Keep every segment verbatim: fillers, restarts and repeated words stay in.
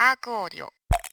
アークオーディオ。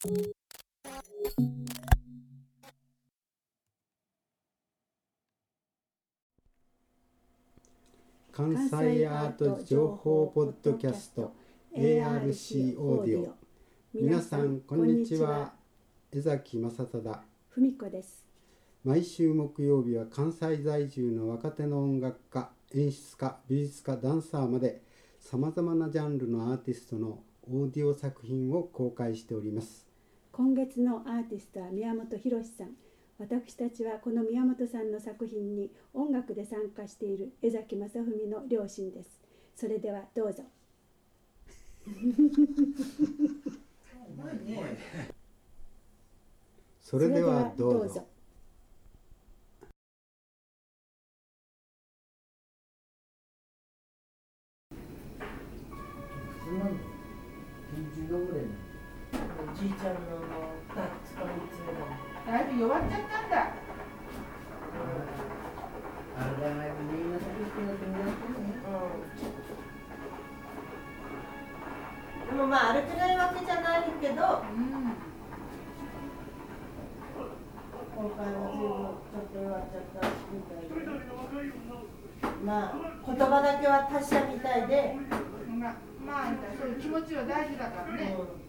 関西アート情報ポッドキャスト エーアールシー オーディオ。皆さんこんにちは。江崎正忠、 文子です。 毎週木曜日は関西在住の若手の音楽家、演出家、美術家、ダンサーまでさまざまなジャンルのアーティストのオーディオ作品を公開しております。 今月のアーティストは宮本浩さん。私たちはこの宮本さんの作品に音楽で参加している江崎正文の両親です。それではどうぞ。 それではどうぞ。 おじいちゃんのふたつかみっつめだ。 だいぶ弱っちゃったんだ。 あれだね、みんな先行くのとみんなね。でもまあ歩けないわけじゃないけど、うん、今回も随分ちょっと弱っちゃったみたいで、まあ言葉だけは達者みたいで、 まあまあそういう気持ちは大事だからね。うん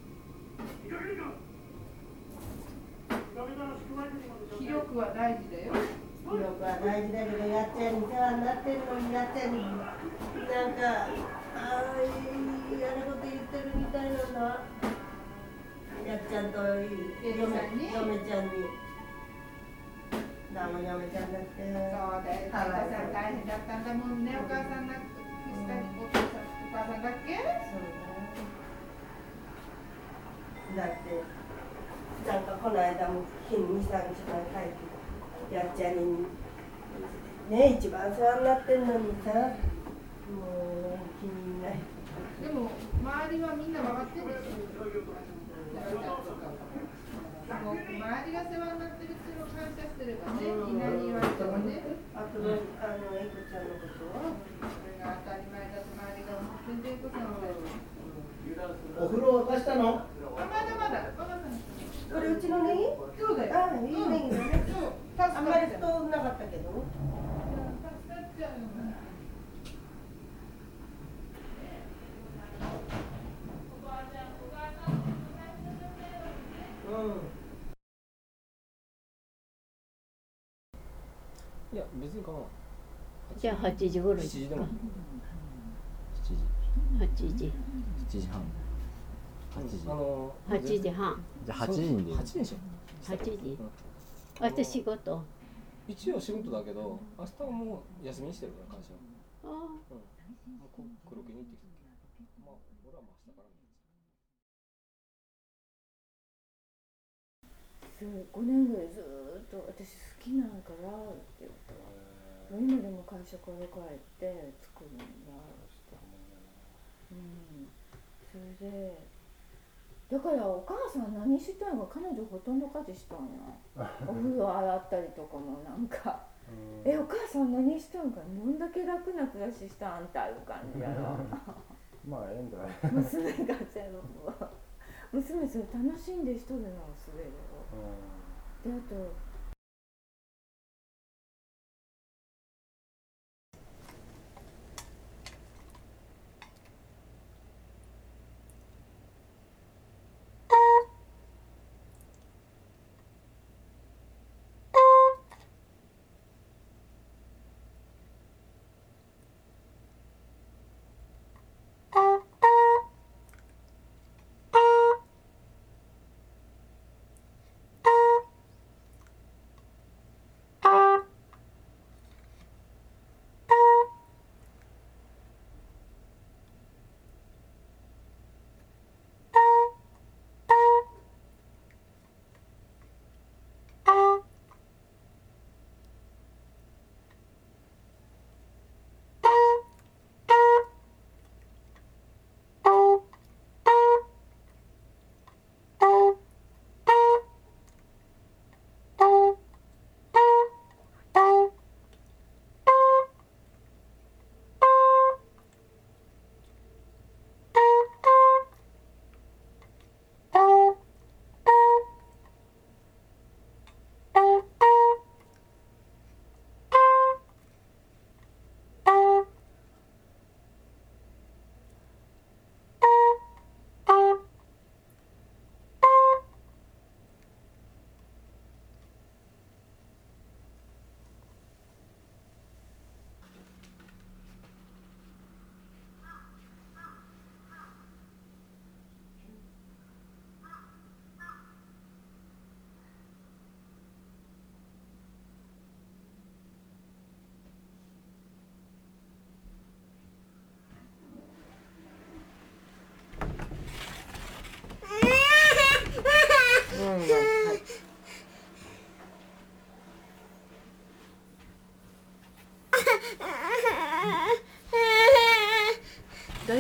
気力は大事だよ。 気力は大事だけど、やっちゃんに世話になってるのに、やっちゃんになんかああ嫌なこと言ってるみたいなんだ。やっちゃんと嫁ちゃんにだもん、嫁ちゃんだってそうだよ、お母さん大変だったんだもんね。お母さんがお父さん、お母さんだっけ。そうだよ。だってなんかこの間も日にに、さんにちまえ帰ってやっちゃんにね、一番世話になってんのにさ、もう気にない。 でも周りはみんな分かってるでしょ。周りが世話になってるっていうのを感謝してればね、みんなに言われてもね。 あとの、あのエコちゃんのことはそれが当たり前だと周りが思ってんで、エコさんはお風呂沸かしたの？ あ、まだまだ、まだまだ。 これうちのネギ？ そうだよ。 ああ、いいネギだね。あんまり太なかったけど。 助かっちゃうよね。 うん。 いや、別にかな。 じゃあはちじ頃しちじでも。 はちじ。 しちじはん。はちじ。 あのはちじはん。 じゃあはちじに出る。 はちじでしょ。 はちじ。明日仕事。 一応仕事だけど、明日はもう休みにしてるから会社。 ああ。 うん。もう黒木に行ってきたけど。まあ俺はもう明日からね。 そうごねんぐらいずーっと私好きなんからって言ったら、今でも会社から帰って作るんだって。うん。それでだからお母さん何したんか、彼女ほとんど家事したんや。お風呂洗ったりとかもなんかえお母さん何したんか、どんだけ楽な暮らししたんってある感じやろ。 まあええんだよ。 娘が全部娘それ楽しんでしとるのをすべるよ。であと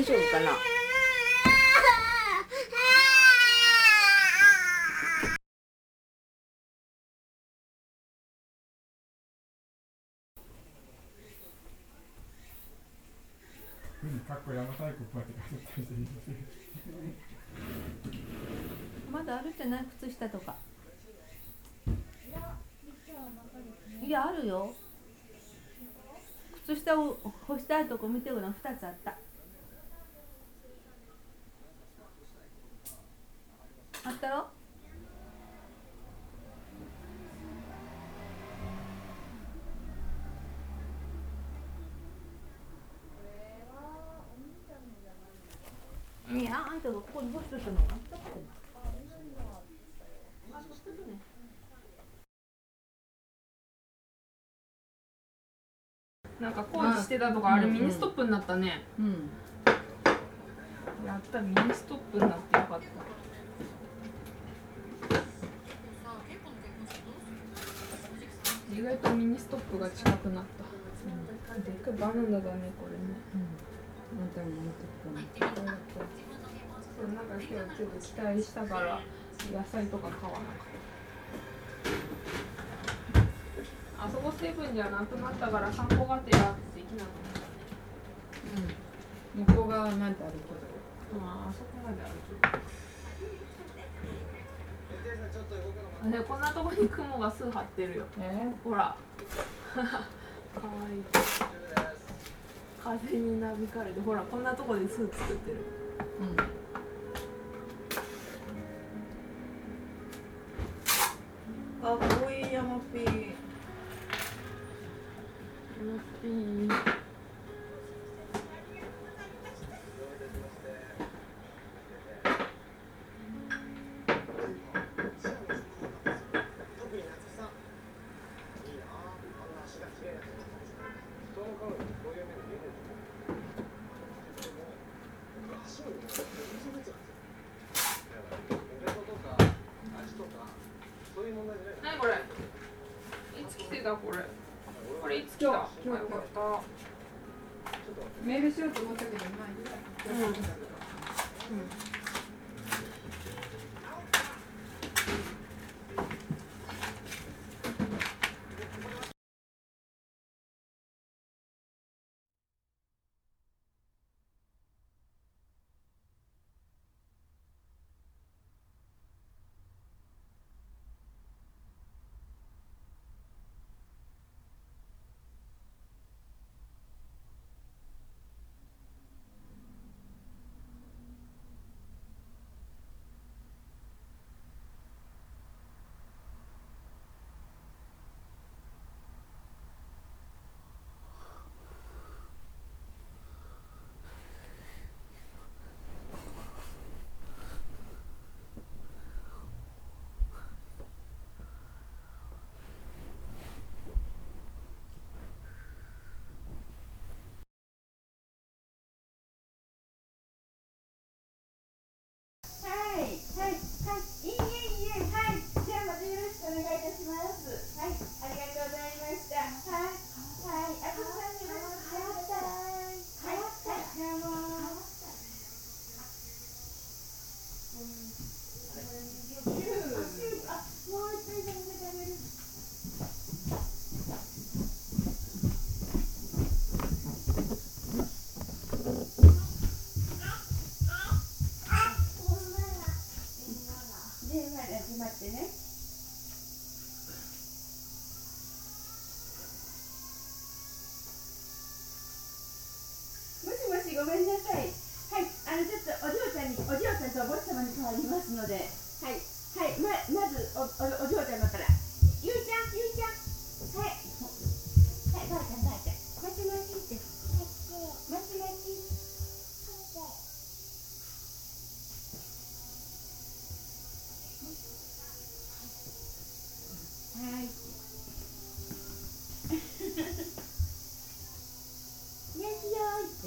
大丈夫かな。 かっこ邪馬台国まで飾ったりしていいですね。 まだ歩いてない靴下とか。いや、あるよ。靴下を干してあるとこ見てごらん、二つあった。あったろ。いや、あんたがここに干しとったのがあったって。 なんか工事してたとかあれミニストップになったね。 うん。 やったミニストップになってよかった。意外とミニストップが近くなった。うん、でっかいバナナだねこれね。うん。またミニストップに。そうなんか今日ちょっと期待したから野菜とか買わなかった。あそこセブンじゃなくなったから散歩がてらできなくなったね。 うん。向こう側まであるけど。 ああそこまであるけど。あれこんなとこに雲が巣張ってるよ。 えー、 ほら。かわいい。風になびかれてほらこんなとこで巣作ってる。 うん。かっこいいヤマピー。ヤマピー。何これ？いつ来てたこれ？これいつ来た？あ、よかった。 メールしようと思ったけど、まあいいや。うん。うん。 ごめんなさい。はい、あのちょっとお嬢ちゃんにお嬢ちゃんとお坊ちゃまに変わりますので、はい、はい、ままずおおお嬢ちゃまから。ゆいちゃん、ゆいちゃん、はい、はい、ばあちゃんばあちゃん、まちまちって、まちまち。はい。やきよーいって。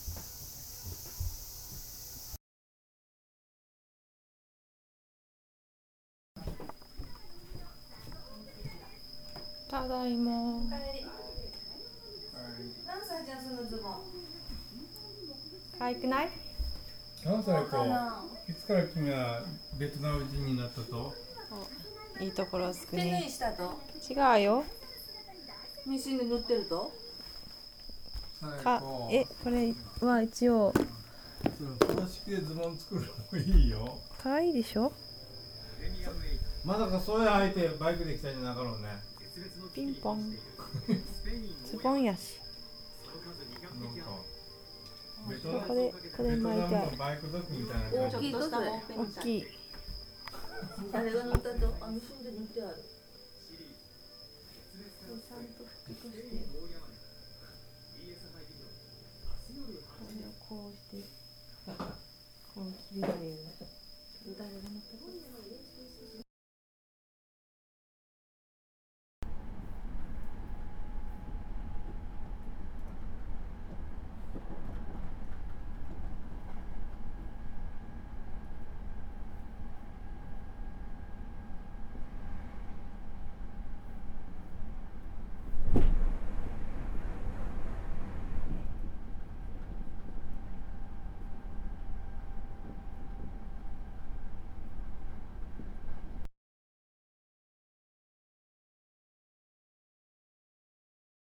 ただいま。 何歳じゃんそのズボン。 可愛くない？ 何歳か。いつから君はベトナム人になったと？ いいところつく手縫いね。 したと？ 違うよ。 ミシンで縫ってると？ かえこれは一応公式でズボン作るのもいいよ。 可愛いでしょ。 まさかそれ履いてバイクで来たんじゃなかろうね。 ピンポンズボンやし。これこれ巻いてある。 バイクドッグみたいな感じ。 大きいとそれ。 大きい。 誰が塗ったと？あ、ミシンで塗ってある。ちゃんと拭きとして。こうしてこう切り替える。誰が塗ったと？